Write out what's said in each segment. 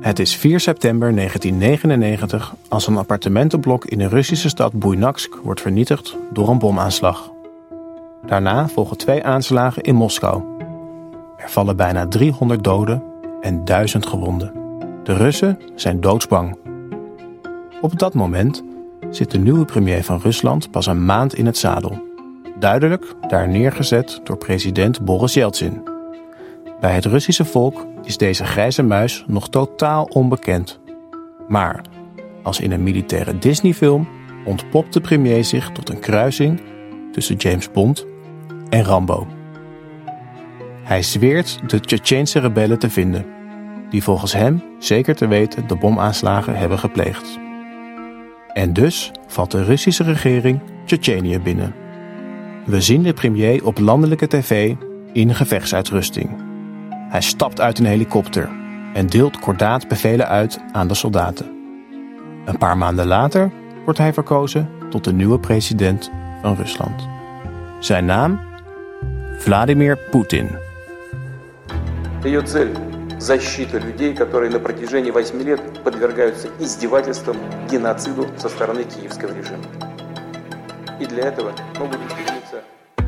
Het is 4 september 1999 als een appartementenblok in de Russische stad Buynaksk wordt vernietigd door een bomaanslag. Daarna volgen 2 aanslagen in Moskou. Er vallen bijna 300 doden en 1000 gewonden. De Russen zijn doodsbang. Op dat moment zit de nieuwe premier van Rusland pas een maand in het zadel. Duidelijk daar neergezet door president Boris Jeltsin. Bij het Russische volk is deze grijze muis nog totaal onbekend. Maar als in een militaire Disney-film ontpopt de premier zich tot een kruising tussen James Bond en Rambo. Hij zweert de Tsjetsjeense rebellen te vinden, die volgens hem zeker te weten de bomaanslagen hebben gepleegd. En dus valt de Russische regering Tsjetsjenië binnen. We zien de premier op landelijke tv in gevechtsuitrusting. Hij stapt uit een helikopter en deelt kordaat bevelen uit aan de soldaten. Een paar maanden later wordt hij verkozen tot de nieuwe president van Rusland. Zijn naam? Vladimir Poetin. Ее цель – защита людей, которые на протяжении 8 лет подвергаются издевательствам, геноциду со стороны киевского режима. И для этого могут устремиться.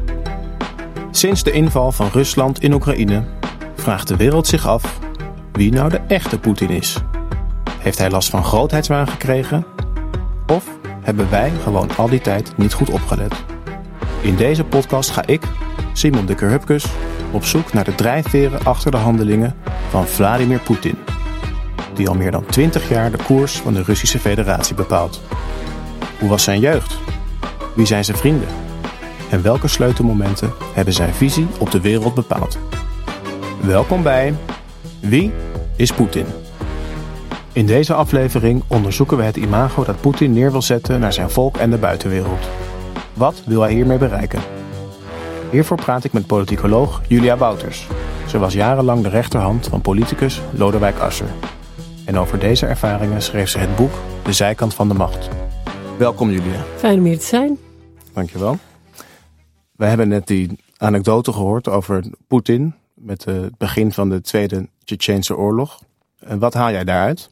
Sinds de inval van Rusland in Oekraïne vraagt de wereld zich af wie nou de echte Poetin is. Heeft hij last van grootheidswaan gekregen? Of hebben wij gewoon al die tijd niet goed opgelet? In deze podcast ga ik, Simon Dikker-Hupkes, op zoek naar de drijfveren achter de handelingen van Vladimir Poetin, die al meer dan 20 jaar de koers van de Russische Federatie bepaalt. Hoe was zijn jeugd? Wie zijn zijn vrienden? En welke sleutelmomenten hebben zijn visie op de wereld bepaald? Welkom bij Wie is Poetin? In deze aflevering onderzoeken we het imago dat Poetin neer wil zetten naar zijn volk en de buitenwereld. Wat wil hij hiermee bereiken? Hiervoor praat ik met politicoloog Julia Wouters. Ze was jarenlang de rechterhand van politicus Lodewijk Asscher. En over deze ervaringen schreef ze het boek De Zijkant van de Macht. Welkom Julia. Fijn om hier te zijn. Dankjewel. We hebben net die anekdote gehoord over Poetin met het begin van de Tweede Tsjetsjeense oorlog. En wat haal jij daaruit?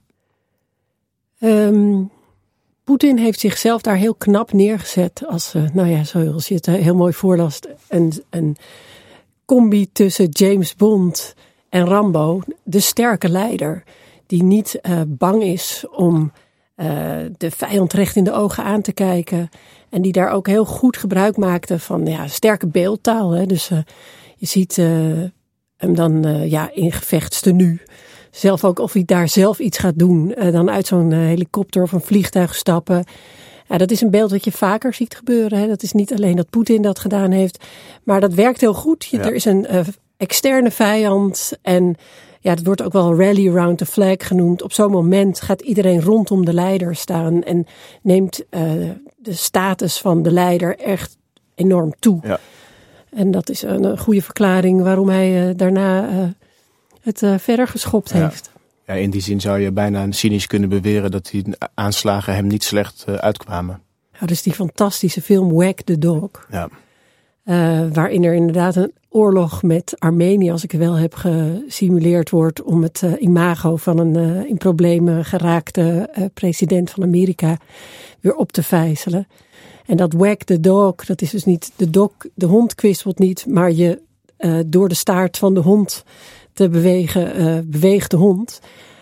Poetin heeft zichzelf daar heel knap neergezet als, zoals je het heel mooi voorlas, een combi tussen James Bond en Rambo. De sterke leider die niet bang is om de vijand recht in de ogen aan te kijken. En die daar ook heel goed gebruik maakte van sterke beeldtaal. Hè. Dus je ziet hem dan in gevechtstenu. Zelf ook of hij daar zelf iets gaat doen. Dan uit zo'n helikopter of een vliegtuig stappen. Dat is een beeld wat je vaker ziet gebeuren. Hè. Dat is niet alleen dat Poetin dat gedaan heeft. Maar dat werkt heel goed. Er is een externe vijand. En het wordt ook wel rally around the flag genoemd. Op zo'n moment gaat iedereen rondom de leider staan. En neemt de status van de leider echt enorm toe. Ja. En dat is een goede verklaring waarom hij daarna het verder geschopt heeft. Ja, in die zin zou je bijna cynisch kunnen beweren dat die aanslagen hem niet slecht uitkwamen. Ja, dus die fantastische film Wag the Dog. Ja. Waarin er inderdaad een oorlog met Armenië, als ik het wel heb gesimuleerd wordt, om het imago van een in problemen geraakte president van Amerika weer op te vijzelen. En dat Wag the Dog, dat is dus niet de hond kwispelt niet, maar je door de staart van de hond te bewegen, beweegt de hond.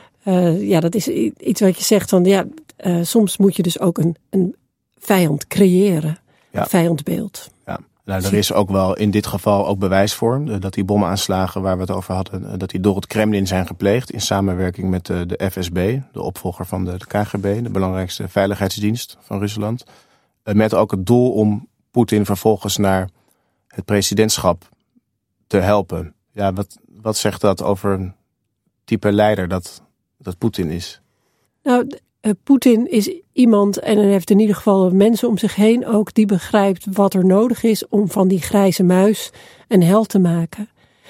Dat is iets wat je zegt van soms moet je dus ook een vijand creëren. Ja. Een vijandbeeld. Ja. Nou, er is ook wel in dit geval ook bewijs voor dat die bomaanslagen waar we het over hadden, dat die door het Kremlin zijn gepleegd in samenwerking met de FSB, de opvolger van de KGB, de belangrijkste veiligheidsdienst van Rusland. Met ook het doel om Poetin vervolgens naar het presidentschap te helpen. Ja, wat zegt dat over een type leider dat Poetin is? Nou, Poetin is iemand, en hij heeft in ieder geval mensen om zich heen ook, die begrijpt wat er nodig is om van die grijze muis een held te maken.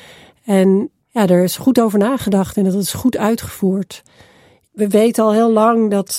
En er is goed over nagedacht en dat is goed uitgevoerd. We weten al heel lang dat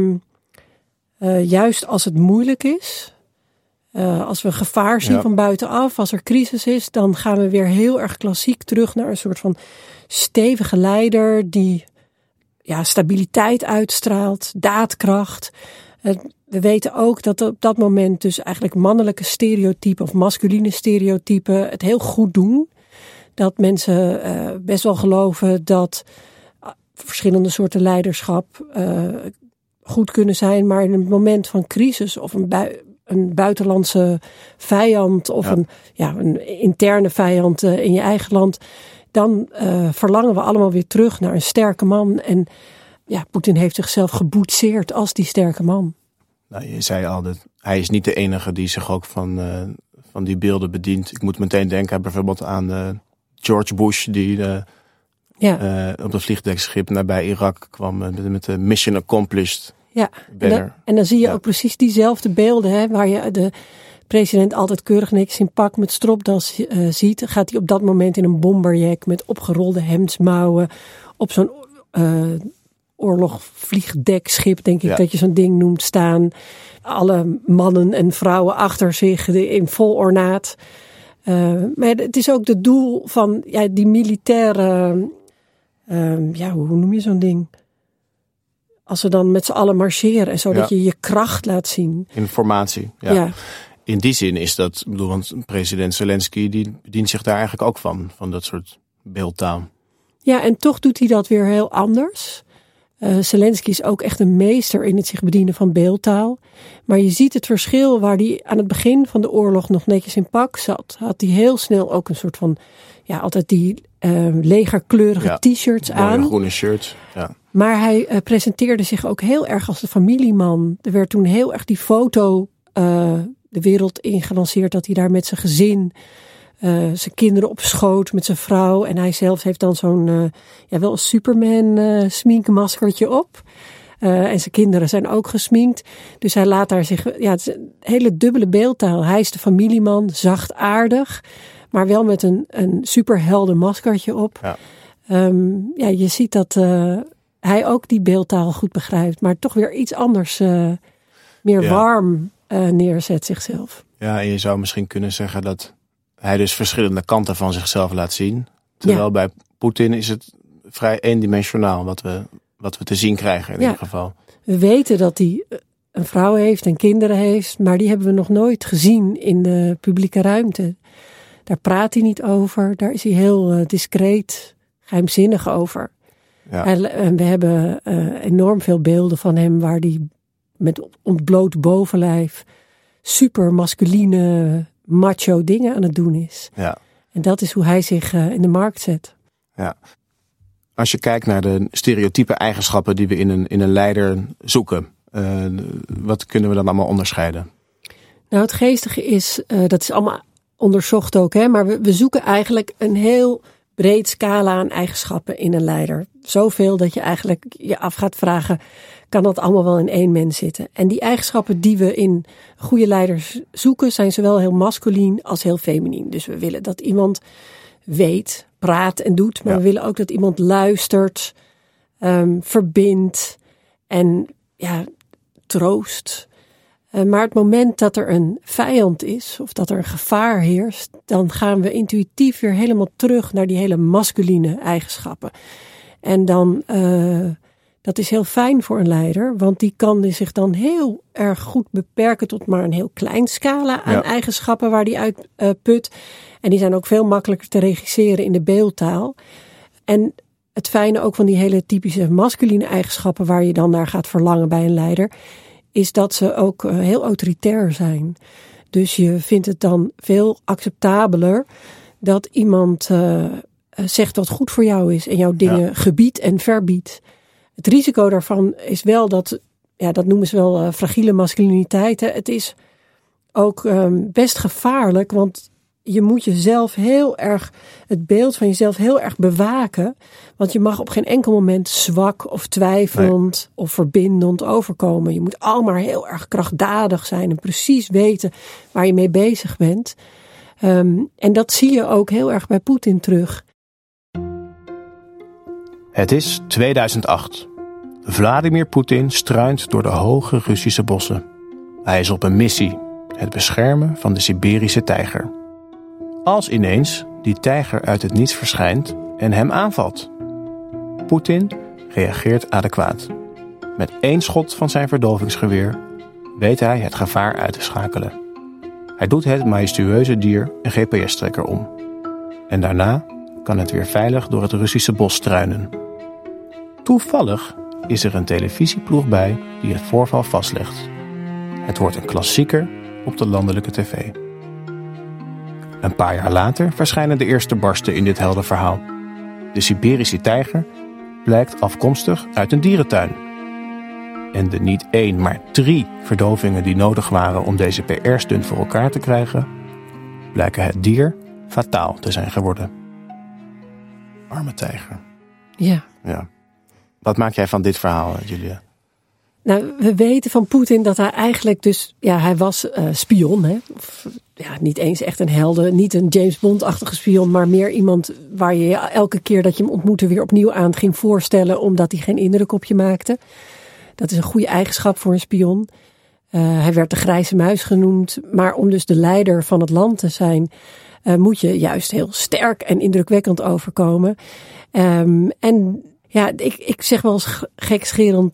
juist als het moeilijk is, als we gevaar zien van buitenaf, als er crisis is, dan gaan we weer heel erg klassiek terug naar een soort van stevige leider die stabiliteit uitstraalt, daadkracht. We weten ook dat op dat moment dus eigenlijk mannelijke stereotypen of masculine stereotypen het heel goed doen. Dat mensen best wel geloven dat verschillende soorten leiderschap goed kunnen zijn. Maar in een moment van crisis of een buitenlandse vijand of een interne vijand in je eigen land, dan verlangen we allemaal weer terug naar een sterke man. En Poetin heeft zichzelf geboetseerd als die sterke man. Nou, je zei al, dat hij is niet de enige die zich ook van die beelden bedient. Ik moet meteen denken bijvoorbeeld aan George Bush, die op het vliegdekschip nabij Irak kwam met de Mission Accomplished banner. En dan zie je ook precies diezelfde beelden, hè, waar je de president altijd keurig netjes in pak met stropdas ziet. Gaat hij op dat moment in een bomberjack met opgerolde hemdsmouwen op zo'n oorlogvliegdekschip, denk ik dat je zo'n ding noemt, staan. Alle mannen en vrouwen achter zich in vol ornaat. Maar het is ook het doel van die militaire, hoe noem je zo'n ding? Als ze dan met z'n allen marcheren, zodat je je kracht laat zien. Informatie, ja. In die zin is dat, want president Zelensky die bedient zich daar eigenlijk ook van dat soort beeldtaal. Ja, en toch doet hij dat weer heel anders. Zelensky is ook echt een meester in het zich bedienen van beeldtaal. Maar je ziet het verschil waar hij aan het begin van de oorlog nog netjes in pak zat. Had hij heel snel ook een soort van, altijd die legerkleurige t-shirts aan. Groene shirts, ja. Maar hij presenteerde zich ook heel erg als de familieman. Er werd toen heel erg die foto de wereld ingelanceerd dat hij daar met zijn gezin, zijn kinderen op schoot met zijn vrouw. En hij zelf heeft dan zo'n, wel een Superman sminkmaskertje op. En zijn kinderen zijn ook gesminkt. Dus hij laat daar zich, het is een hele dubbele beeldtaal. Hij is de familieman, zachtaardig, maar wel met een superhelden maskertje op. Ja. Je ziet dat hij ook die beeldtaal goed begrijpt, maar toch weer iets anders, meer warm neerzet zichzelf. Ja, en je zou misschien kunnen zeggen dat hij dus verschillende kanten van zichzelf laat zien. Terwijl bij Poetin is het vrij eendimensionaal wat we te zien krijgen in ieder geval. We weten dat hij een vrouw heeft en kinderen heeft, maar die hebben we nog nooit gezien in de publieke ruimte. Daar praat hij niet over, daar is hij heel discreet, geheimzinnig over. Ja. En we hebben enorm veel beelden van hem waar hij met ontbloot bovenlijf super masculine, macho dingen aan het doen is. Ja. En dat is hoe hij zich in de markt zet. Ja. Als je kijkt naar de stereotype eigenschappen die we in een leider zoeken, wat kunnen we dan allemaal onderscheiden? Nou, het geestige is, dat is allemaal onderzocht ook, hè, maar we zoeken eigenlijk een heel breed scala aan eigenschappen in een leider. Zoveel dat je eigenlijk je af gaat vragen, kan dat allemaal wel in één mens zitten? En die eigenschappen die we in goede leiders zoeken, zijn zowel heel masculien als heel feminien. Dus we willen dat iemand weet, praat en doet, maar we willen ook dat iemand luistert, verbindt en troost. Maar het moment dat er een vijand is of dat er een gevaar heerst, dan gaan we intuïtief weer helemaal terug naar die hele masculine eigenschappen. En dan, dat is heel fijn voor een leider, want die kan zich dan heel erg goed beperken tot maar een heel klein scala aan eigenschappen waar die uit put. En die zijn ook veel makkelijker te regisseren in de beeldtaal. En het fijne ook van die hele typische masculine eigenschappen waar je dan naar gaat verlangen bij een leider, is dat ze ook heel autoritair zijn. Dus je vindt het dan veel acceptabeler dat iemand zegt wat goed voor jou is en jouw dingen gebiedt en verbiedt. Het risico daarvan is wel dat noemen ze wel fragiele masculiniteit. Hè. Het is ook best gevaarlijk, want je moet jezelf heel erg, het beeld van jezelf heel erg bewaken. Want je mag op geen enkel moment zwak of twijfelend of verbindend overkomen. Je moet allemaal heel erg krachtdadig zijn en precies weten waar je mee bezig bent. En dat zie je ook heel erg bij Poetin terug. Het is 2008. Vladimir Poetin struint door de hoge Russische bossen. Hij is op een missie, het beschermen van de Siberische tijger. Als ineens die tijger uit het niets verschijnt en hem aanvalt. Poetin reageert adequaat. Met 1 schot van zijn verdovingsgeweer weet hij het gevaar uit te schakelen. Hij doet het majestueuze dier een GPS-trekker om. En daarna kan het weer veilig door het Russische bos struinen. Toevallig is er een televisieploeg bij die het voorval vastlegt. Het wordt een klassieker op de landelijke tv. Een paar jaar later verschijnen de eerste barsten in dit heldenverhaal. De Siberische tijger blijkt afkomstig uit een dierentuin. En de niet 1, maar 3 verdovingen die nodig waren om deze PR-stunt voor elkaar te krijgen, blijken het dier fataal te zijn geworden. Arme tijger. Ja. Wat maak jij van dit verhaal, Julia? Nou, we weten van Poetin dat hij eigenlijk dus... Ja, hij was spion, hè. Of, niet eens echt een helden. Niet een James Bond-achtige spion, maar meer iemand waar je elke keer dat je hem ontmoette weer opnieuw aan ging voorstellen, omdat hij geen indruk op je maakte. Dat is een goede eigenschap voor een spion. Hij werd de grijze muis genoemd. Maar om dus de leider van het land te zijn, moet je juist heel sterk en indrukwekkend overkomen. En ja, ik zeg wel eens gekscherend,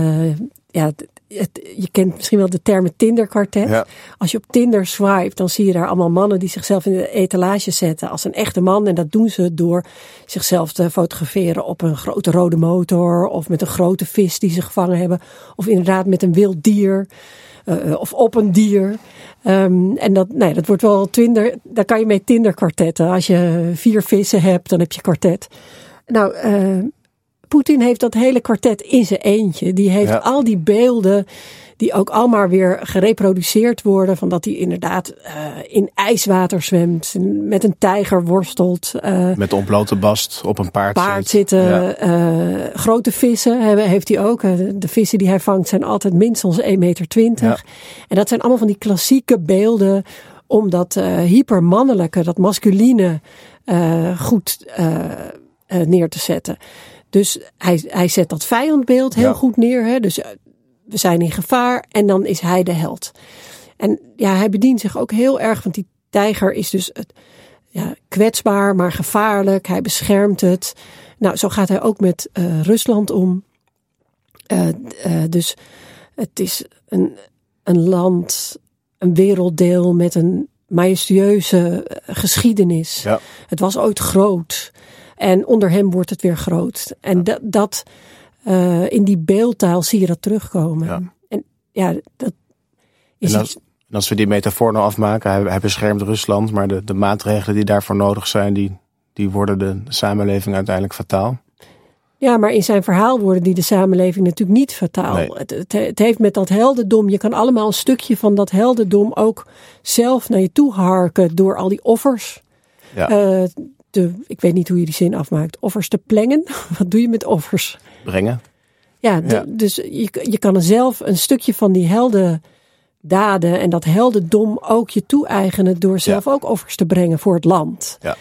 je kent misschien wel de termen Tinder-kwartet. Ja. Als je op Tinder swipe, dan zie je daar allemaal mannen die zichzelf in de etalage zetten als een echte man. En dat doen ze door zichzelf te fotograferen op een grote rode motor, of met een grote vis die ze gevangen hebben, of inderdaad met een wild dier, of op een dier. En dat wordt wel Tinder. Daar kan je mee Tinder-kwartetten. Als je 4 vissen hebt, dan heb je kwartet. Nou, Poetin heeft dat hele kwartet in zijn eentje. Die heeft al die beelden die ook allemaal weer gereproduceerd worden. Van dat hij inderdaad in ijswater zwemt. Met een tijger worstelt. Met een ontblote bast op een paard zitten. Ja. Grote vissen heeft hij ook. De vissen die hij vangt zijn altijd minstens 1,20 meter. Ja. En dat zijn allemaal van die klassieke beelden. Om dat hypermannelijke, dat masculine goed neer te zetten. Dus hij zet dat vijandbeeld heel goed neer. Hè? Dus we zijn in gevaar en dan is hij de held. En ja, hij bedient zich ook heel erg, want die tijger is dus kwetsbaar, maar gevaarlijk. Hij beschermt het. Nou, zo gaat hij ook met Rusland om. Dus het is een land, een werelddeel met een majestueuze geschiedenis. Ja. Het was ooit groot. En onder hem wordt het weer groot. En in die beeldtaal zie je dat terugkomen. Ja. En ja, dat is iets. En als we die metafoor nou afmaken, hij beschermt Rusland, maar de maatregelen die daarvoor nodig zijn, die worden de samenleving uiteindelijk fataal. Ja, maar in zijn verhaal worden die de samenleving natuurlijk niet fataal. Nee. Het heeft met dat heldendom, je kan allemaal een stukje van dat heldendom ook zelf naar je toe harken door al die offers. Ja. Ik weet niet hoe je die zin afmaakt. Offers te plengen. Wat doe je met offers? Brengen. Ja. Dus je kan er zelf een stukje van die heldendaden en dat heldendom ook je toe-eigenen door zelf ook offers te brengen voor het land. Ja.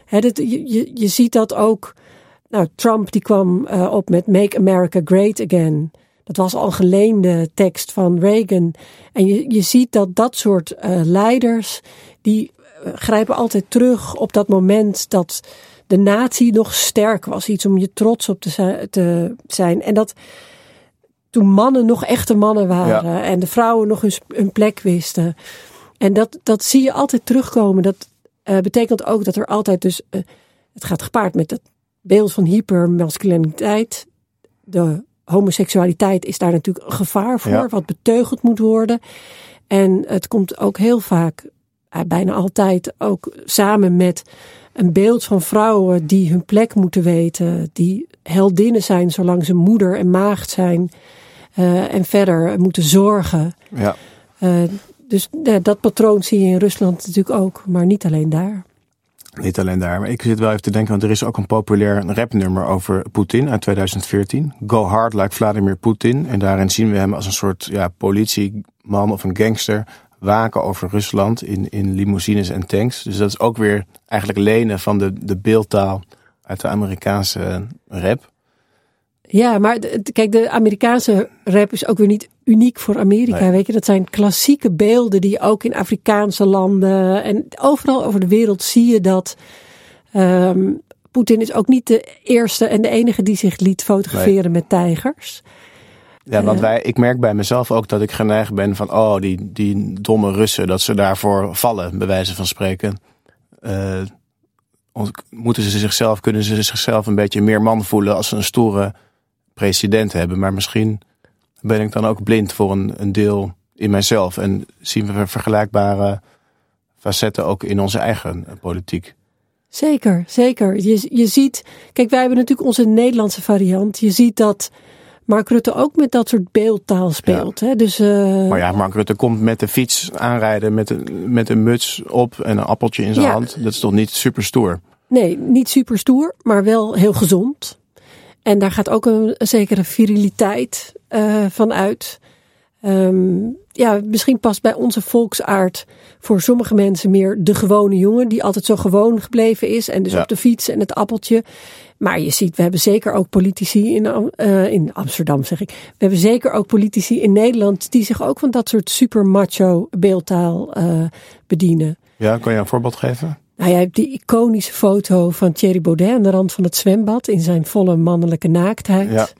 Je ziet dat ook. Nou, Trump die kwam op met Make America Great Again. Dat was al geleende tekst van Reagan. En je ziet dat soort leiders die grijpen altijd terug op dat moment dat de natie nog sterk was. Iets om je trots op te zijn. En dat toen mannen nog echte mannen waren. En de vrouwen nog hun plek wisten. En dat zie je altijd terugkomen. Dat betekent ook dat er altijd dus het gaat gepaard met het beeld van hypermasculiniteit. De homoseksualiteit is daar natuurlijk een gevaar voor. Wat beteugeld moet worden. En het komt ook heel vaak, bijna altijd ook samen met een beeld van vrouwen die hun plek moeten weten. Die heldinnen zijn zolang ze moeder en maagd zijn. En verder moeten zorgen. Ja. Dus dat patroon zie je in Rusland natuurlijk ook. Maar niet alleen daar. Niet alleen daar, maar ik zit wel even te denken, want er is ook een populair rapnummer over Poetin uit 2014. Go Hard Like Vladimir Putin. En daarin zien we hem als een soort politieman of een gangster waken over Rusland in limousines en tanks. Dus dat is ook weer eigenlijk lenen van de beeldtaal uit de Amerikaanse rap. Ja, maar kijk, de Amerikaanse rap is ook weer niet uniek voor Amerika. Nee. Weet je, dat zijn klassieke beelden die ook in Afrikaanse landen en overal over de wereld zie je dat Poetin is ook niet de eerste en de enige die zich liet fotograferen met tijgers. Ja, want ik merk bij mezelf ook dat ik geneigd ben van die domme Russen, dat ze daarvoor vallen, bij wijze van spreken. Kunnen ze zichzelf een beetje meer man voelen als ze een stoere president hebben. Maar misschien ben ik dan ook blind voor een deel in mijzelf. En zien we vergelijkbare facetten ook in onze eigen politiek. Zeker, zeker. Je ziet, kijk, wij hebben natuurlijk onze Nederlandse variant. Je ziet dat Mark Rutte ook met dat soort beeldtaal speelt. Ja. Hè? Dus, maar ja, Mark Rutte komt met de fiets aanrijden met een muts op en een appeltje in zijn hand. Dat is toch niet super stoer? Nee, niet super stoer, maar wel heel gezond. En daar gaat ook een zekere viriliteit van uit. Misschien past bij onze volksaard voor sommige mensen meer de gewone jongen die altijd zo gewoon gebleven is en dus op de fiets en het appeltje. Maar je ziet, we hebben zeker ook politici in Amsterdam, zeg ik. We hebben zeker ook politici in Nederland die zich ook van dat soort super macho beeldtaal bedienen. Ja, kan je een voorbeeld geven? Nou, je hebt die iconische foto van Thierry Baudet aan de rand van het zwembad in zijn volle mannelijke naaktheid.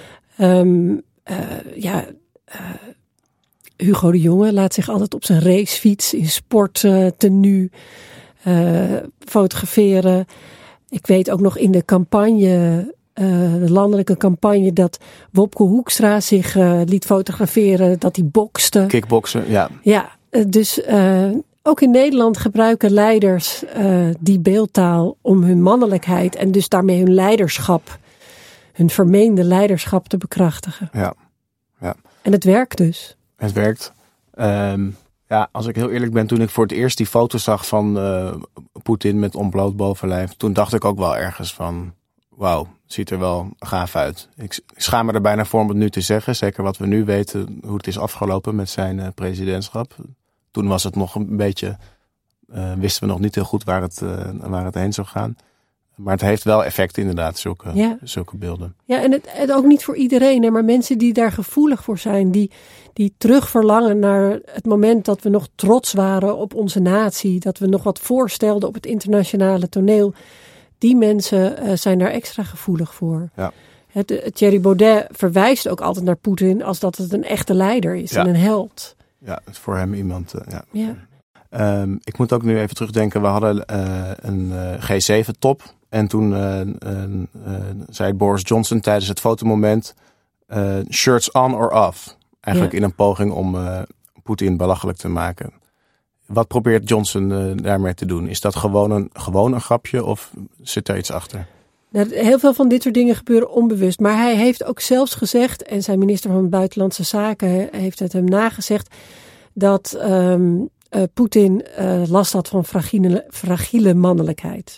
Ja. Hugo de Jonge laat zich altijd op zijn racefiets in sporttenu fotograferen. Ik weet ook nog in de campagne, de landelijke campagne, dat Wopke Hoekstra zich liet fotograferen, dat hij bokste. Kickboksen, ja. Ja, dus ook in Nederland gebruiken leiders die beeldtaal om hun mannelijkheid en dus daarmee hun leiderschap, hun vermeende leiderschap te bekrachtigen. Ja. En het werkt dus. Het werkt. Als ik heel eerlijk ben, toen ik voor het eerst die foto zag van Poetin met ontbloot bovenlijf, toen dacht ik ook wel ergens van, wauw, ziet er wel gaaf uit. Ik schaam me er bijna voor om het nu te zeggen, zeker wat we nu weten hoe het is afgelopen met zijn presidentschap. Toen was het nog een beetje, wisten we nog niet heel goed waar het heen zou gaan. Maar het heeft wel effect inderdaad, zulke beelden. Ja, en het ook niet voor iedereen. Hè, maar mensen die daar gevoelig voor zijn. Die terug verlangen naar het moment dat we nog trots waren op onze natie. Dat we nog wat voorstelden op het internationale toneel. Die mensen zijn daar extra gevoelig voor. Ja. Thierry Baudet verwijst ook altijd naar Poetin als dat het een echte leider is en een held. Ja, het is voor hem iemand. Ik moet ook nu even terugdenken. We hadden een G7-top. En toen zei Boris Johnson tijdens het fotomoment, shirts on or off. Eigenlijk in een poging om Poetin belachelijk te maken. Wat probeert Johnson daarmee te doen? Is dat gewoon een grapje of zit daar iets achter? Nou, heel veel van dit soort dingen gebeuren onbewust. Maar hij heeft ook zelfs gezegd, en zijn minister van Buitenlandse Zaken heeft het hem nagezegd, dat Poetin last had van fragiele mannelijkheid.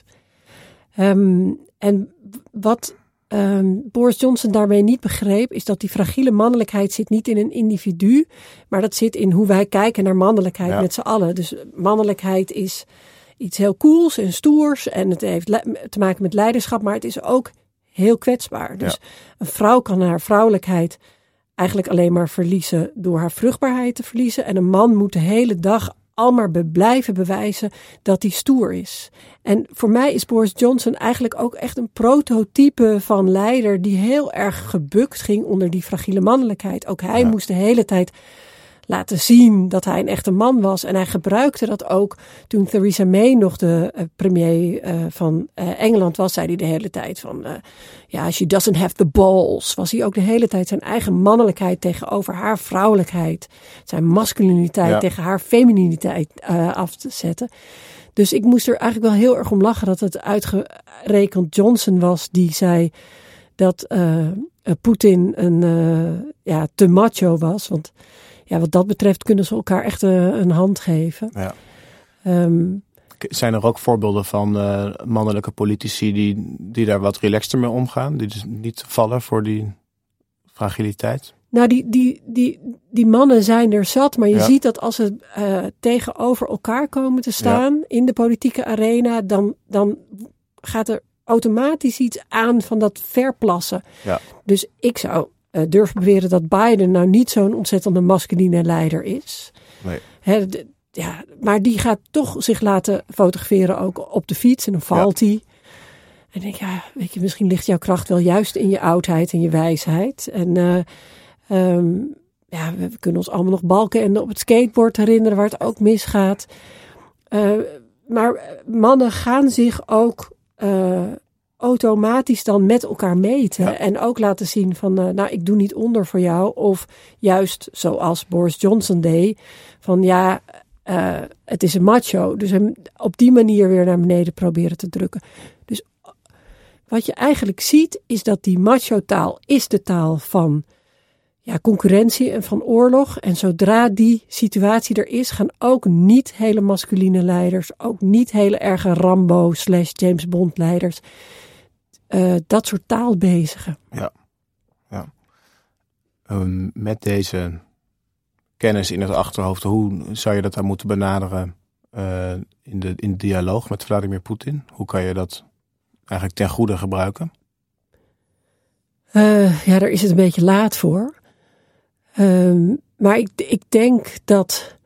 En wat Boris Johnson daarmee niet begreep, is dat die fragiele mannelijkheid zit niet in een individu, maar dat zit in hoe wij kijken naar mannelijkheid met z'n allen. Dus mannelijkheid is iets heel cools en stoers en het heeft te maken met leiderschap, maar het is ook heel kwetsbaar. Dus een vrouw kan haar vrouwelijkheid eigenlijk alleen maar verliezen door haar vruchtbaarheid te verliezen. En een man moet de hele dag al maar blijven bewijzen dat hij stoer is. En voor mij is Boris Johnson eigenlijk ook echt een prototype van leider die heel erg gebukt ging onder die fragiele mannelijkheid. Ook hij moest de hele tijd laten zien dat hij een echte man was. En hij gebruikte dat ook toen Theresa May nog de premier van Engeland was. Zei hij de hele tijd van, she doesn't have the balls. Was hij ook de hele tijd zijn eigen mannelijkheid tegenover haar vrouwelijkheid. Zijn masculiniteit tegen haar femininiteit af te zetten. Dus ik moest er eigenlijk wel heel erg om lachen dat het uitgerekend Johnson was die zei dat Poetin te macho was. Want wat dat betreft kunnen ze elkaar echt een hand geven. Ja. Zijn er ook voorbeelden van mannelijke politici die daar wat relaxter mee omgaan? Die dus niet vallen voor die fragiliteit? Nou, die mannen zijn er zat. Maar je ziet dat als ze tegenover elkaar komen te staan in de politieke arena, dan gaat er automatisch iets aan van dat verplassen. Ja. Dus ik zou durf beweren dat Biden nou niet zo'n ontzettende masculine leider is. Nee. Maar die gaat toch zich laten fotograferen ook op de fiets en dan valt hij. En ik denk, weet je, misschien ligt jouw kracht wel juist in je oudheid en je wijsheid. En we kunnen ons allemaal nog balken en op het skateboard herinneren waar het ook misgaat. Maar mannen gaan zich ook automatisch dan met elkaar meten. Ja. En ook laten zien van, ik doe niet onder voor jou. Of juist zoals Boris Johnson deed, van het is een macho. Dus hem op die manier weer naar beneden proberen te drukken. Dus wat je eigenlijk ziet, is dat die macho-taal is de taal van concurrentie en van oorlog. En zodra die situatie er is, gaan ook niet hele masculine leiders, ook niet hele erge Rambo / James Bond leiders, dat soort taal bezigen. Ja. Met deze kennis in het achterhoofd, hoe zou je dat dan moeten benaderen in de dialoog met Vladimir Poetin? Hoe kan je dat eigenlijk ten goede gebruiken? Daar is het een beetje laat voor. Maar ik denk dat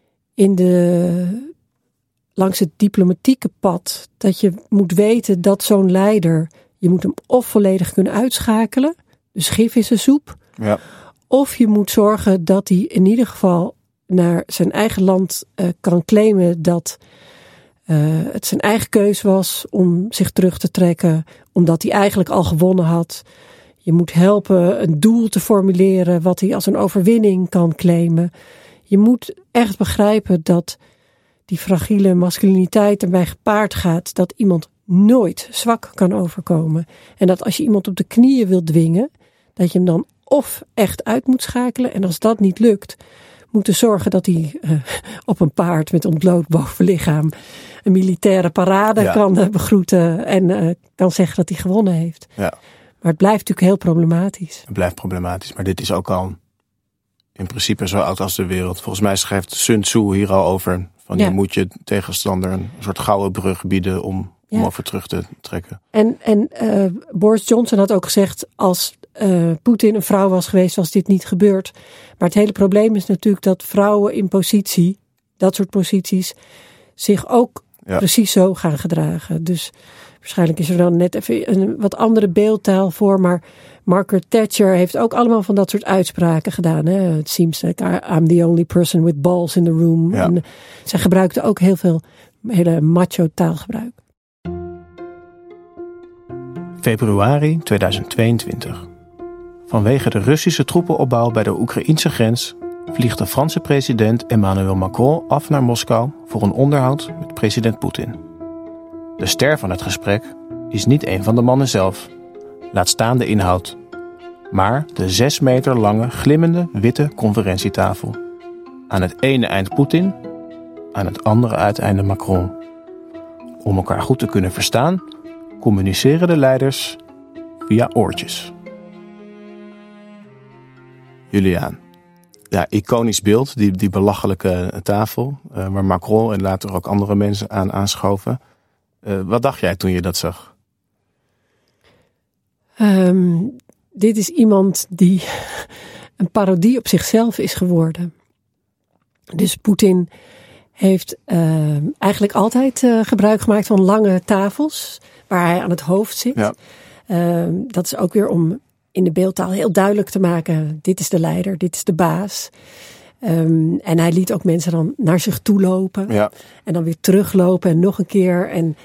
langs het diplomatieke pad, dat je moet weten dat zo'n leider, je moet hem of volledig kunnen uitschakelen, dus gif in zijn soep. Ja. Of je moet zorgen dat hij in ieder geval naar zijn eigen land kan claimen dat het zijn eigen keus was om zich terug te trekken, omdat hij eigenlijk al gewonnen had. Je moet helpen een doel te formuleren wat hij als een overwinning kan claimen. Je moet echt begrijpen dat die fragiele masculiniteit erbij gepaard gaat, dat iemand nooit zwak kan overkomen. En dat als je iemand op de knieën wilt dwingen, dat je hem dan of echt uit moet schakelen. En als dat niet lukt, moet je zorgen dat hij op een paard met ontbloot bovenlichaam een militaire parade kan begroeten en kan zeggen dat hij gewonnen heeft. Ja. Maar het blijft natuurlijk heel problematisch. Het blijft problematisch, maar dit is ook al in principe zo oud als de wereld. Volgens mij schrijft Sun Tzu hier al over. Van je moet je tegenstander een soort gouden brug bieden om over terug te trekken. En Boris Johnson had ook gezegd, als Poetin een vrouw was geweest, was dit niet gebeurd. Maar het hele probleem is natuurlijk dat vrouwen in positie, dat soort posities, zich ook precies zo gaan gedragen. Dus waarschijnlijk is er dan net even een wat andere beeldtaal voor. Maar Margaret Thatcher heeft ook allemaal van dat soort uitspraken gedaan. Hè? It seems like I'm the only person with balls in the room. Ja. En zij gebruikte ook heel veel hele macho taalgebruik. Februari 2022. Vanwege de Russische troepenopbouw bij de Oekraïnse grens vliegt de Franse president Emmanuel Macron af naar Moskou voor een onderhoud met president Poetin. De ster van het gesprek is niet een van de mannen zelf, laat staan de inhoud, maar de 6 meter lange glimmende witte conferentietafel. Aan het ene eind Poetin, aan het andere uiteinde Macron. Om elkaar goed te kunnen verstaan, communiceren de leiders via oortjes. Juliaan. Ja, iconisch beeld, die belachelijke tafel, waar Macron en later ook andere mensen aan aanschoven. Wat dacht jij toen je dat zag? Dit is iemand die een parodie op zichzelf is geworden. Dus Poetin heeft eigenlijk altijd gebruik gemaakt van lange tafels waar hij aan het hoofd zit. Ja. Dat is ook weer om in de beeldtaal heel duidelijk te maken, dit is de leider, dit is de baas. En hij liet ook mensen dan naar zich toe lopen. Ja. En dan weer teruglopen en nog een keer. En,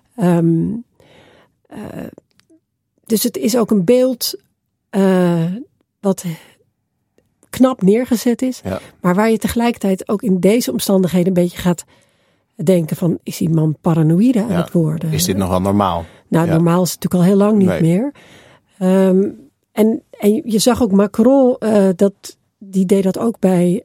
dus het is ook een beeld wat knap neergezet is. Ja. Maar waar je tegelijkertijd ook in deze omstandigheden een beetje gaat denken van, is die man paranoïde aan het worden? Is dit nog wel normaal? Nou, normaal is het natuurlijk al heel lang niet meer. En je zag ook Macron, die deed dat ook bij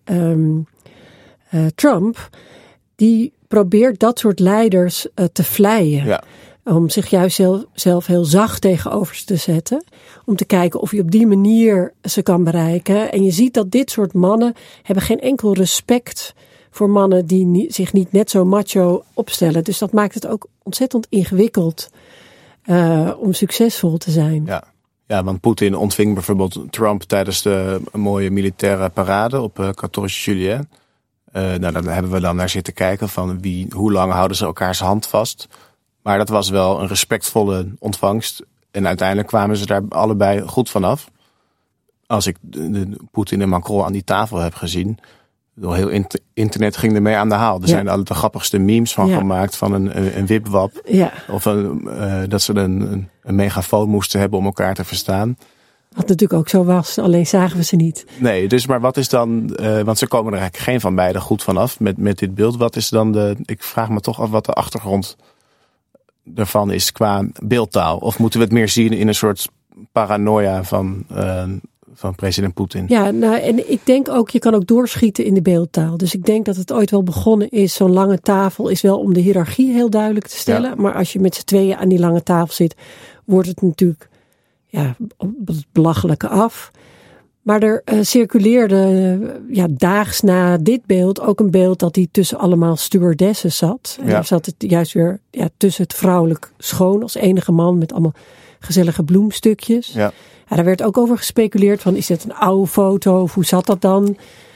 Trump. Die probeert dat soort leiders te vleien. Ja. Om zich juist zelf heel zacht tegenover ze te zetten. Om te kijken of je op die manier ze kan bereiken. En je ziet dat dit soort mannen hebben geen enkel respect voor mannen die zich niet net zo macho opstellen. Dus dat maakt het ook ontzettend ingewikkeld om succesvol te zijn. Ja, want Poetin ontving bijvoorbeeld Trump tijdens de mooie militaire parade op 14 juillet. Daar hebben we dan naar zitten kijken van hoe lang houden ze elkaars hand vast. Maar dat was wel een respectvolle ontvangst. En uiteindelijk kwamen ze daar allebei goed vanaf. Als ik de Poetin en Macron aan die tafel heb gezien, door heel internet ging ermee aan de haal. Er zijn altijd de grappigste memes van gemaakt, van een wipwap. Ja. Of dat ze een megafoon moesten hebben om elkaar te verstaan. Wat natuurlijk ook zo was, alleen zagen we ze niet. Nee, dus maar wat is dan, want ze komen er eigenlijk geen van beiden goed vanaf met dit beeld. Wat is dan ik vraag me toch af wat de achtergrond ervan is qua beeldtaal. Of moeten we het meer zien in een soort paranoia van president Poetin? Ja, nou, en ik denk ook, je kan ook doorschieten in de beeldtaal. Dus ik denk dat het ooit wel begonnen is. Zo'n lange tafel is wel om de hiërarchie heel duidelijk te stellen. Ja. Maar als je met z'n tweeën aan die lange tafel zit, wordt het natuurlijk op het belachelijke af. Maar er circuleerde daags na dit beeld ook een beeld dat hij tussen allemaal stewardessen zat. En daar zat het juist weer tussen het vrouwelijk schoon als enige man met allemaal gezellige bloemstukjes. Ja. Ja, daar werd ook over gespeculeerd van, is dit een oude foto of hoe zat dat dan?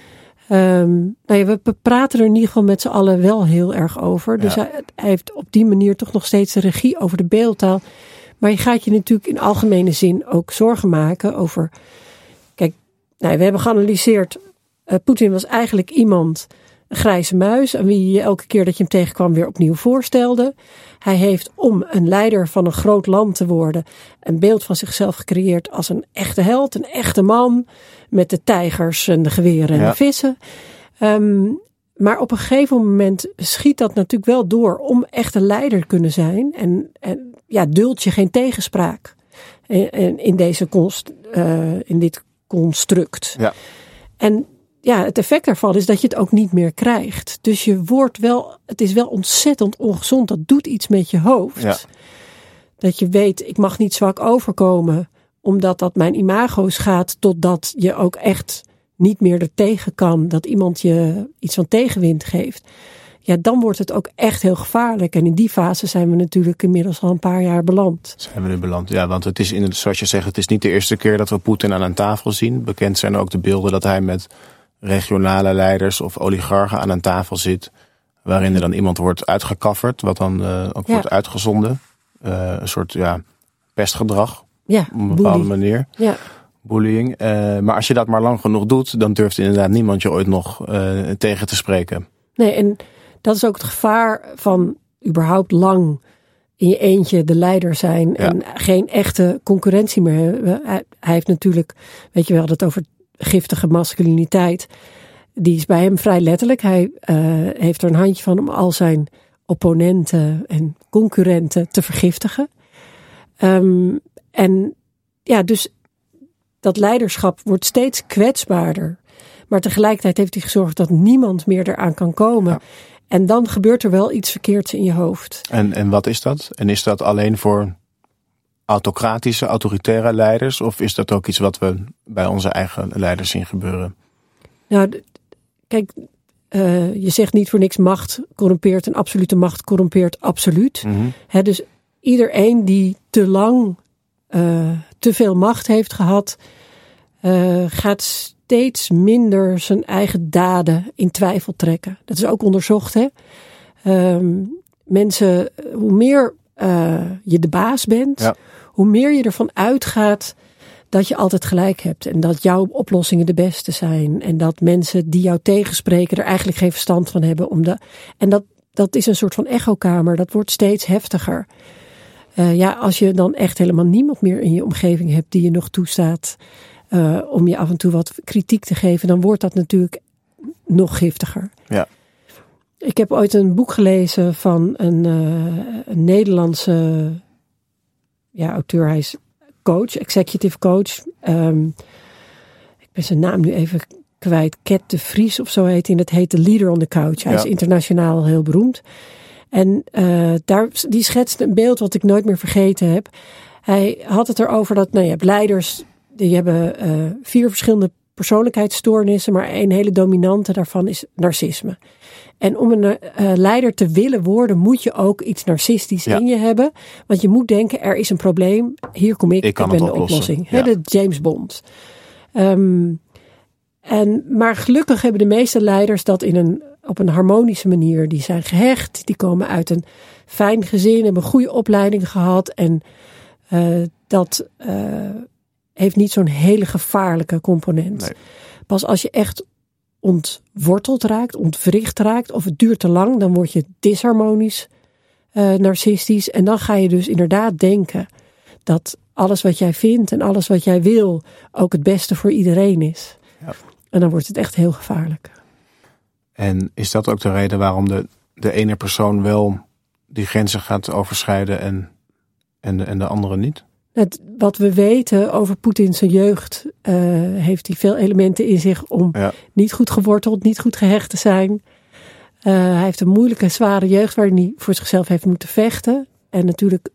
We praten er in ieder geval met z'n allen wel heel erg over. Dus hij heeft op die manier toch nog steeds de regie over de beeldtaal. Maar je gaat je natuurlijk in algemene zin ook zorgen maken over. Kijk, we hebben geanalyseerd. Poetin was eigenlijk iemand, een grijze muis, aan wie je elke keer dat je hem tegenkwam weer opnieuw voorstelde. Hij heeft, om een leider van een groot land te worden, een beeld van zichzelf gecreëerd als een echte held, een echte man, met de tijgers en de geweren en de vissen. Maar op een gegeven moment schiet dat natuurlijk wel door om echt een leider te kunnen zijn. En duld je geen tegenspraak in dit construct. Ja. En het effect daarvan is dat je het ook niet meer krijgt. Dus het is wel ontzettend ongezond. Dat doet iets met je hoofd. Ja. Dat je weet, ik mag niet zwak overkomen, omdat dat mijn imago schaadt, totdat je ook echt niet meer er tegen kan, dat iemand je iets van tegenwind geeft. Ja, dan wordt het ook echt heel gevaarlijk. En in die fase zijn we natuurlijk inmiddels al een paar jaar beland. Zijn we nu beland? Ja, want het is, zoals je zegt, het is niet de eerste keer dat we Poetin aan een tafel zien. Bekend zijn ook de beelden dat hij met regionale leiders of oligarchen aan een tafel zit, waarin er dan iemand wordt uitgekafferd, wat dan ook wordt uitgezonden. Een soort pestgedrag op een bepaalde manier. Ja. Bullying. Maar als je dat maar lang genoeg doet, dan durft inderdaad niemand je ooit nog tegen te spreken. Nee, en dat is ook het gevaar van überhaupt lang in je eentje de leider zijn en geen echte concurrentie meer hebben. Hij heeft natuurlijk, weet je wel, dat over giftige masculiniteit. Die is bij hem vrij letterlijk. Hij heeft er een handje van om al zijn opponenten en concurrenten te vergiftigen. Dus dat leiderschap wordt steeds kwetsbaarder. Maar tegelijkertijd heeft hij gezorgd dat niemand meer eraan kan komen. Ja. En dan gebeurt er wel iets verkeerds in je hoofd. En wat is dat? En is dat alleen voor autocratische, autoritaire leiders? Of is dat ook iets wat we bij onze eigen leiders zien gebeuren? Nou, kijk, je zegt niet voor niks macht corrumpeert en absolute macht corrumpeert absoluut. Mm-hmm. Dus iedereen die te lang te veel macht heeft gehad, gaat steeds minder zijn eigen daden in twijfel trekken. Dat is ook onderzocht. Mensen, hoe meer je de baas bent, hoe meer je ervan uitgaat dat je altijd gelijk hebt. En dat jouw oplossingen de beste zijn. En dat mensen die jou tegenspreken er eigenlijk geen verstand van hebben. En dat is een soort van echokamer. Dat wordt steeds heftiger. Als je dan echt helemaal niemand meer in je omgeving hebt die je nog toestaat om je af en toe wat kritiek te geven, dan wordt dat natuurlijk nog giftiger. Ja. Ik heb ooit een boek gelezen van een Nederlandse auteur. Hij is coach, executive coach. Ik ben zijn naam nu even kwijt. Ket de Vries of zo heet hij. En dat heet The Leader on the Couch. Hij is internationaal heel beroemd. En die schetste een beeld wat ik nooit meer vergeten heb. Hij had het erover dat je hebt leiders, die hebben 4 verschillende persoonlijkheidsstoornissen, maar een hele dominante daarvan is narcisme. En om een leider te willen worden, moet je ook iets narcistisch in je hebben. Want je moet denken, er is een probleem, hier kom ik ben de oplossing. Ja. De James Bond. Maar gelukkig hebben de meeste leiders dat op een harmonische manier. Die zijn gehecht, die komen uit een fijn gezin, hebben een goede opleiding gehad. En dat heeft niet zo'n hele gevaarlijke component. Nee. Pas als je echt ontworteld raakt, ontwricht raakt, of het duurt te lang, dan word je disharmonisch, narcistisch. En dan ga je dus inderdaad denken dat alles wat jij vindt en alles wat jij wil ook het beste voor iedereen is. Ja. En dan wordt het echt heel gevaarlijk. En is dat ook de reden waarom de ene persoon wel die grenzen gaat overschrijden en de andere niet? Wat we weten over Poetin's jeugd, heeft hij veel elementen in zich om niet goed geworteld, niet goed gehecht te zijn. Hij heeft een moeilijke, zware jeugd waarin hij voor zichzelf heeft moeten vechten. En natuurlijk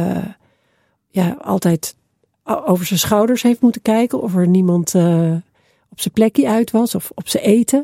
altijd over zijn schouders heeft moeten kijken of er niemand op zijn plekje uit was of op zijn eten.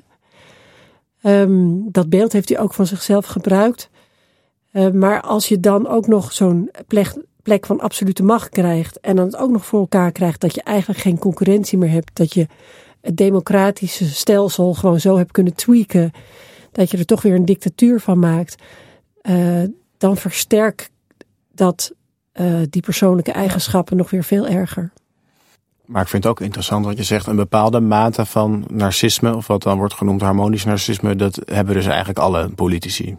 Dat beeld heeft hij ook van zichzelf gebruikt. Maar als je dan ook nog zo'n plek van absolute macht krijgt en dan het ook nog voor elkaar krijgt dat je eigenlijk geen concurrentie meer hebt, dat je het democratische stelsel gewoon zo hebt kunnen tweaken, dat je er toch weer een dictatuur van maakt, dan versterkt dat die persoonlijke eigenschappen nog weer veel erger. Maar ik vind het ook interessant wat je zegt, een bepaalde mate van narcisme, of wat dan wordt genoemd harmonisch narcisme, dat hebben dus eigenlijk alle politici.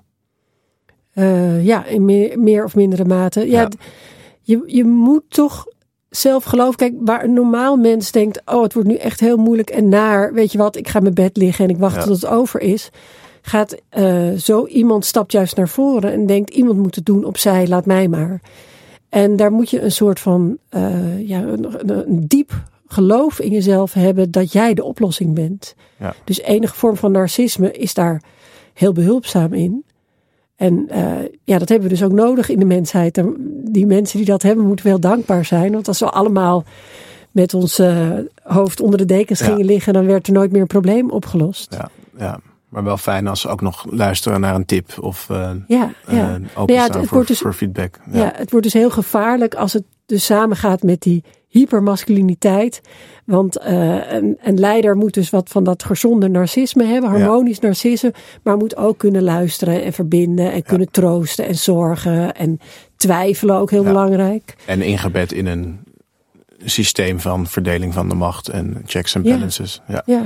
In meer of mindere mate. Ja. Je moet toch zelf geloven. Kijk, waar een normaal mens denkt, het wordt nu echt heel moeilijk en naar. Weet je wat, ik ga in mijn bed liggen en ik wacht tot het over is. Gaat zo iemand stapt juist naar voren en denkt, iemand moet het doen opzij, laat mij maar. En daar moet je een soort van een diep geloof in jezelf hebben dat jij de oplossing bent. Ja. Dus enige vorm van narcisme is daar heel behulpzaam in. En dat hebben we dus ook nodig in de mensheid. Die mensen die dat hebben moeten wel dankbaar zijn. Want als we allemaal met ons hoofd onder de dekens gingen liggen, dan werd er nooit meer een probleem opgelost. Ja. Maar wel fijn als ze ook nog luisteren naar een tip of openstaan voor feedback. Ja. Ja, het wordt dus heel gevaarlijk als het dus samengaat met die hypermasculiniteit. Want een leider moet dus wat van dat gezonde narcisme hebben, harmonisch narcisme, maar moet ook kunnen luisteren en verbinden en kunnen troosten en zorgen en twijfelen ook heel belangrijk. En ingebed in een systeem van verdeling van de macht en checks and balances.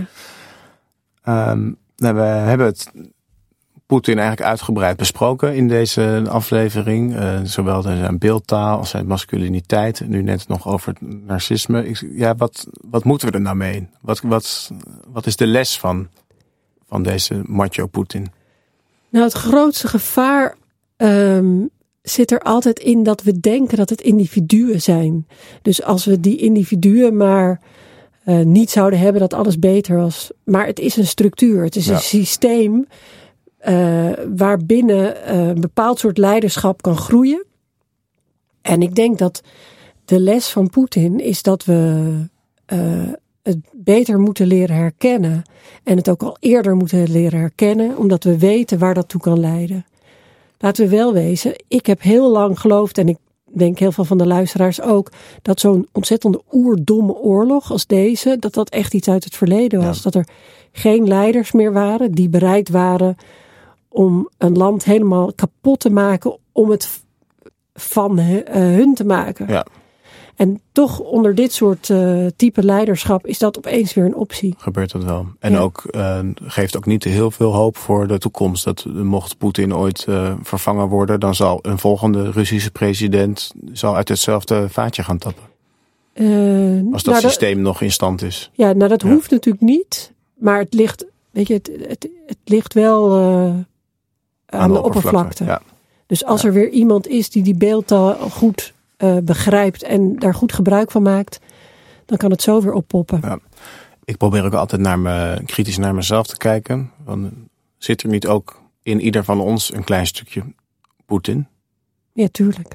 We hebben het Poetin eigenlijk uitgebreid besproken in deze aflevering. Zowel zijn beeldtaal als zijn masculiniteit. Nu net nog over het narcisme. Wat moeten we er nou mee? Wat is de les van deze macho Poetin? Nou, het grootste gevaar zit er altijd in dat we denken dat het individuen zijn. Dus als we die individuen maar niet zouden hebben, dat alles beter was. Maar het is een structuur. Het is een systeem waarbinnen een bepaald soort leiderschap kan groeien. En ik denk dat de les van Poetin is dat we het beter moeten leren herkennen. En het ook al eerder moeten leren herkennen, omdat we weten waar dat toe kan leiden. Laten we wel wezen, ik heb heel lang geloofd, en ik denk heel veel van de luisteraars ook, dat zo'n ontzettende oerdomme oorlog als deze, dat echt iets uit het verleden was. Ja. Dat er geen leiders meer waren die bereid waren om een land helemaal kapot te maken, om het van hun te maken. Ja. En toch onder dit soort type leiderschap is dat opeens weer een optie. Gebeurt dat wel. En ook geeft ook niet heel veel hoop voor de toekomst. Dat mocht Poetin ooit vervangen worden, dan zal een volgende Russische president uit hetzelfde vaatje gaan tappen. Als dat systeem nog in stand is. Ja, dat hoeft natuurlijk niet. Maar het ligt, het ligt wel aan de oppervlakte. Ja. Dus als er weer iemand is die beeldtaal goed begrijpt en daar goed gebruik van maakt, dan kan het zo weer oppoppen. Ja. Ik probeer ook altijd kritisch naar mezelf te kijken. Want zit er niet ook in ieder van ons een klein stukje Poetin? Ja, tuurlijk.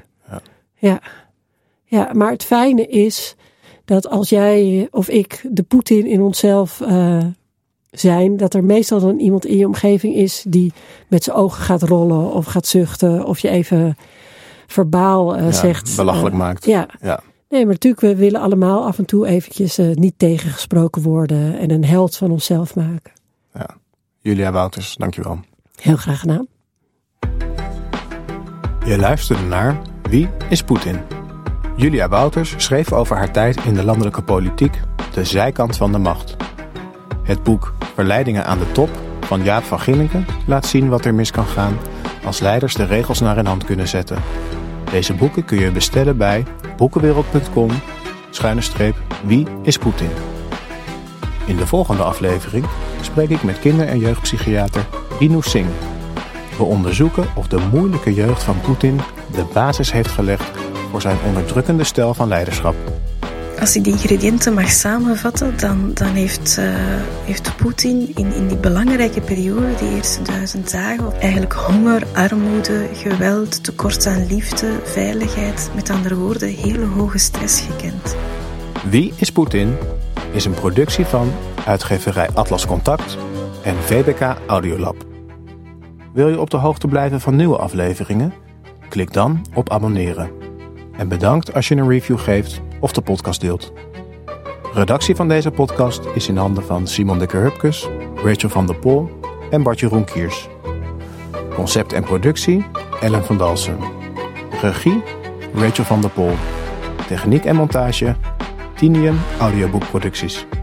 Ja, maar het fijne is dat als jij of ik de Poetin in onszelf zijn, dat er meestal dan iemand in je omgeving is die met zijn ogen gaat rollen of gaat zuchten of je even verbaal zegt. Belachelijk maakt. Ja. Nee, maar natuurlijk, we willen allemaal af en toe eventjes niet tegengesproken worden en een held van onszelf maken. Ja. Julia Wouters, dankjewel. Heel graag gedaan. Je luisterde naar Wie is Poetin? Julia Wouters schreef over haar tijd in de landelijke politiek De zijkant van de macht. Het boek Verleidingen aan de top van Jaap van Ginneken laat zien wat er mis kan gaan als leiders de regels naar hun hand kunnen zetten. Deze boeken kun je bestellen bij boekenwereld.com/Wie is Poetin? In de volgende aflevering spreek ik met kinder- en jeugdpsychiater Inu Singh. We onderzoeken of de moeilijke jeugd van Poetin de basis heeft gelegd voor zijn onderdrukkende stijl van leiderschap. Als ik die ingrediënten mag samenvatten, dan heeft Poetin in die belangrijke periode, die eerste 1000 dagen, eigenlijk honger, armoede, geweld, tekort aan liefde, veiligheid, met andere woorden, hele hoge stress gekend. Wie is Poetin? Is een productie van uitgeverij Atlas Contact en VBK Audiolab. Wil je op de hoogte blijven van nieuwe afleveringen? Klik dan op abonneren. En bedankt als je een review geeft of de podcast deelt. Redactie van deze podcast is in handen van Simon Dekker-Hupkes, Rachel van der Pol en Bart-Jeroen Kiers. Concept en productie Ellen van Dalsen. Regie Rachel van der Pol. Techniek en montage Tinium Audioboekproducties.